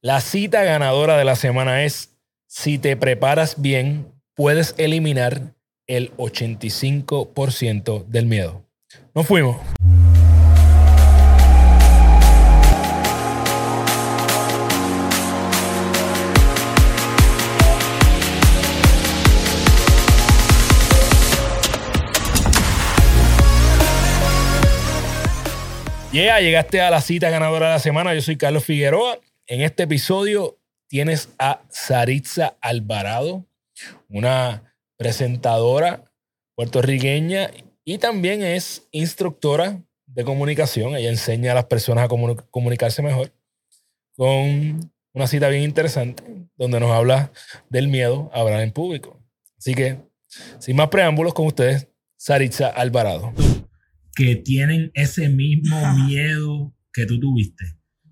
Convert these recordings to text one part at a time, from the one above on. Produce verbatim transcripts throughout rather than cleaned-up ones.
La cita ganadora de la semana es: si te preparas bien, puedes eliminar el ochenta y cinco por ciento del miedo. Nos fuimos. Yeah, llegaste a la cita ganadora de la semana. Yo soy Carlos Figueroa. En este episodio tienes a Saritza Alvarado, una presentadora puertorriqueña y también es instructora de comunicación. Ella enseña a las personas a comun- comunicarse mejor, con una cita bien interesante donde nos habla del miedo a hablar en público. Así que, sin más preámbulos, con ustedes, Saritza Alvarado. Que tienen ese mismo miedo que tú tuviste.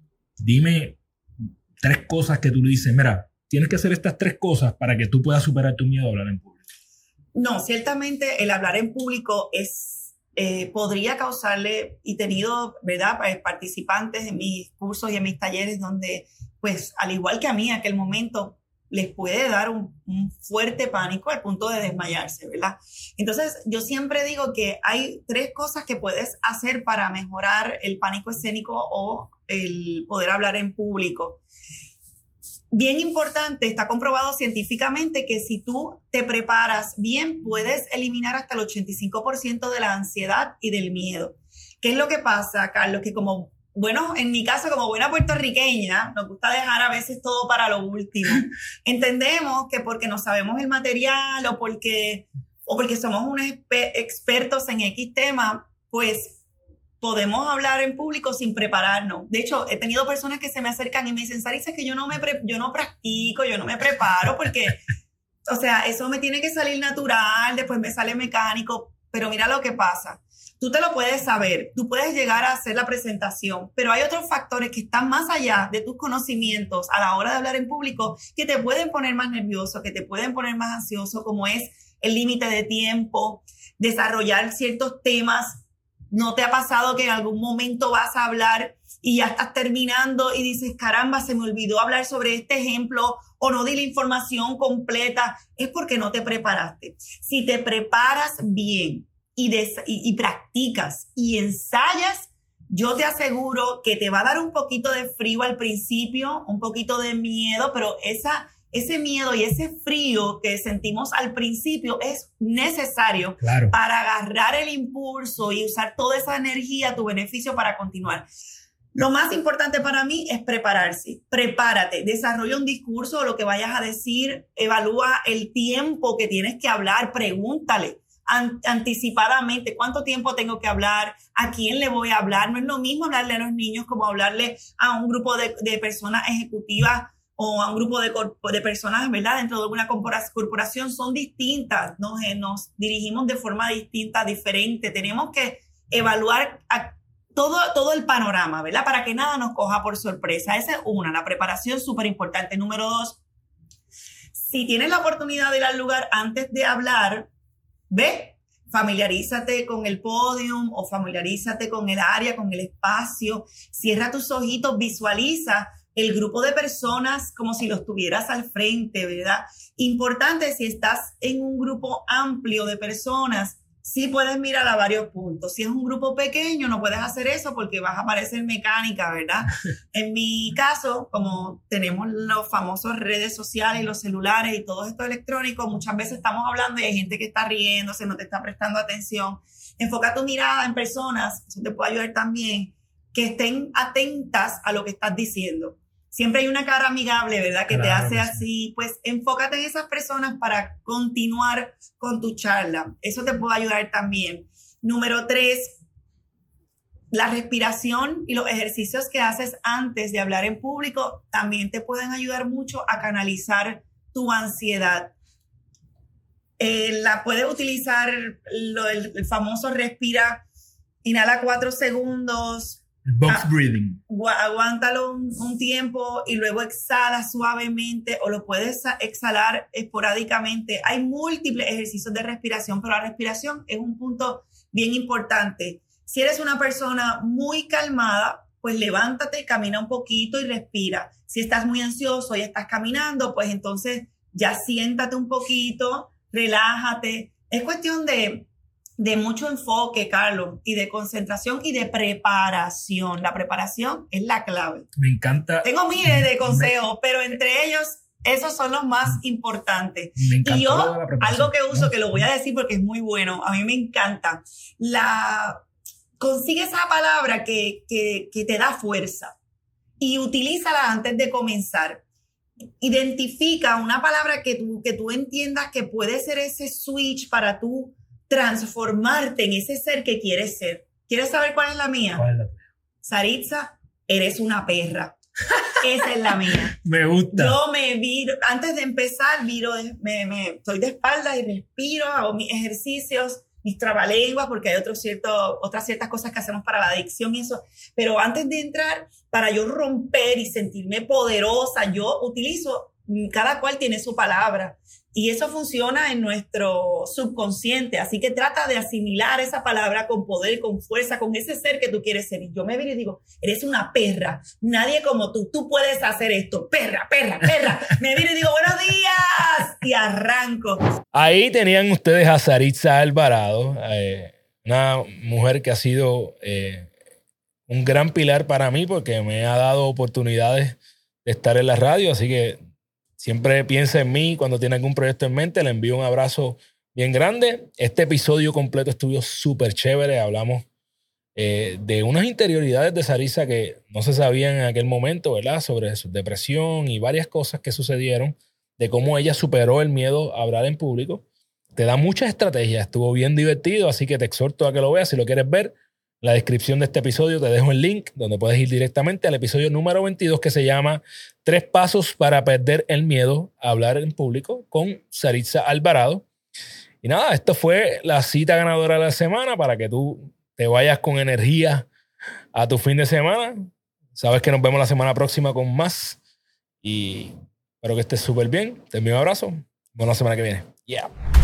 Dime tres cosas que tú le dices, mira, tienes que hacer estas tres cosas para que tú puedas superar tu miedo a hablar en público. No, ciertamente el hablar en público es, eh, podría causarle, y he tenido, ¿verdad?, participantes en mis cursos y en mis talleres donde, pues, al igual que a mí en aquel momento, les puede dar un, un fuerte pánico al punto de desmayarse, ¿verdad? Entonces, yo siempre digo que hay tres cosas que puedes hacer para mejorar el pánico escénico o el poder hablar en público. Bien importante, está comprobado científicamente que si tú te preparas bien, puedes eliminar hasta el ochenta y cinco por ciento de la ansiedad y del miedo. ¿Qué es lo que pasa, Carlos? Que como Bueno, en mi caso, como buena puertorriqueña, nos gusta dejar a veces todo para lo último. Entendemos que porque no sabemos el material o porque, o porque somos unos expertos en X tema, pues podemos hablar en público sin prepararnos. De hecho, he tenido personas que se me acercan y me dicen, Saritza, que yo no, me pre- yo no practico, yo no me preparo porque, o sea, eso me tiene que salir natural, después me sale mecánico. Pero mira lo que pasa. Tú te lo puedes saber, tú puedes llegar a hacer la presentación, pero hay otros factores que están más allá de tus conocimientos a la hora de hablar en público que te pueden poner más nervioso, que te pueden poner más ansioso, como es el límite de tiempo, desarrollar ciertos temas. ¿No te ha pasado que en algún momento vas a hablar y ya estás terminando y dices, caramba, se me olvidó hablar sobre este ejemplo o no di la información completa? Es porque no te preparaste. Si te preparas bien, Y, des, y, y practicas y ensayas, yo te aseguro que te va a dar un poquito de frío al principio, un poquito de miedo, pero esa, ese miedo y ese frío que sentimos al principio es necesario, claro, para agarrar el impulso y usar toda esa energía a tu beneficio para continuar. Lo más importante para mí es prepararse. Prepárate, desarrolla un discurso o lo que vayas a decir, evalúa el tiempo que tienes que hablar, pregúntale anticipadamente cuánto tiempo tengo que hablar, a quién le voy a hablar. No es lo mismo hablarle a los niños como hablarle a un grupo de, de personas ejecutivas o a un grupo de, de personas, ¿verdad?, dentro de una corporación. Son distintas, nos, nos dirigimos de forma distinta, diferente. Tenemos que evaluar a todo, todo el panorama, ¿verdad?, para que nada nos coja por sorpresa. Esa es una, la preparación, súper importante. Número dos, si tienes la oportunidad de ir al lugar antes de hablar, ve, familiarízate con el podium o familiarízate con el área, con el espacio. Cierra tus ojitos, visualiza el grupo de personas como si los tuvieras al frente, ¿verdad? Importante, si estás en un grupo amplio de personas, sí puedes mirar a varios puntos. Si es un grupo pequeño, no puedes hacer eso porque vas a parecer mecánica, ¿verdad? En mi caso, como tenemos los famosos redes sociales y los celulares y todo esto electrónico, muchas veces estamos hablando y hay gente que está riéndose, no te está prestando atención. Enfoca tu mirada en personas, eso te puede ayudar también, que estén atentas a lo que estás diciendo. Siempre hay una cara amigable, ¿verdad?, que claro, te hace así. Pues enfócate en esas personas para continuar con tu charla. Eso te puede ayudar también. Número tres, la respiración y los ejercicios que haces antes de hablar en público también te pueden ayudar mucho a canalizar tu ansiedad. Eh, la puedes utilizar lo, el, el famoso respira, inhala cuatro segundos, box breathing. Aguántalo un, un tiempo y luego exhala suavemente, o lo puedes exhalar esporádicamente. Hay múltiples ejercicios de respiración, pero la respiración es un punto bien importante. Si eres una persona muy calmada, pues levántate, camina un poquito y respira. Si estás muy ansioso y estás caminando, pues entonces ya siéntate un poquito, relájate. Es cuestión de, de mucho enfoque, Carlos, y de concentración y de preparación. La preparación es la clave. Me encanta. Tengo miles de consejos, pero entre ellos, esos son los más importantes. Me encanta. Y yo, algo que uso, que lo voy a decir porque es muy bueno, a mí me encanta, la, consigue esa palabra que, que, que te da fuerza y utilízala antes de comenzar. Identifica una palabra que tú, que tú entiendas que puede ser ese switch para tú transformarte en ese ser que quieres ser. ¿Quieres saber cuál es la mía? ¿Cuál es la tuya? Saritza, eres una perra. Esa es la mía. Me gusta. Yo me viro, antes de empezar, viro, me, me, estoy de espaldas y respiro, hago mis ejercicios, mis trabalenguas, porque hay otro cierto, otras ciertas cosas que hacemos para la adicción y eso. Pero antes de entrar, para yo romper y sentirme poderosa, yo utilizo, cada cual tiene su palabra. Y eso funciona en nuestro subconsciente. Así que trata de asimilar esa palabra con poder, con fuerza, con ese ser que tú quieres ser. Y yo me viro y digo, eres una perra. Nadie como tú. Tú puedes hacer esto. Perra, perra, perra. Me viro y digo, buenos días. Y arranco. Ahí tenían ustedes a Saritza Alvarado, eh, una mujer que ha sido eh, un gran pilar para mí porque me ha dado oportunidades de estar en la radio. Así que siempre piensa en mí cuando tiene algún proyecto en mente. Le envío un abrazo bien grande. Este episodio completo estuvo súper chévere. Hablamos eh, de unas interioridades de Saritza que no se sabían en aquel momento, ¿verdad? Sobre su depresión y varias cosas que sucedieron, de cómo ella superó el miedo a hablar en público. Te da muchas estrategias. Estuvo bien divertido, así que te exhorto a que lo veas. Si lo quieres ver, en la descripción de este episodio te dejo el link donde puedes ir directamente al episodio número veintidós que se llama Tres pasos para perder el miedo a hablar en público con Saritza Alvarado. Y nada, esto fue la cita ganadora de la semana para que tú te vayas con energía a tu fin de semana. Sabes que nos vemos la semana próxima con más y espero que estés súper bien. Te envío un abrazo. Buena semana que viene. Yeah.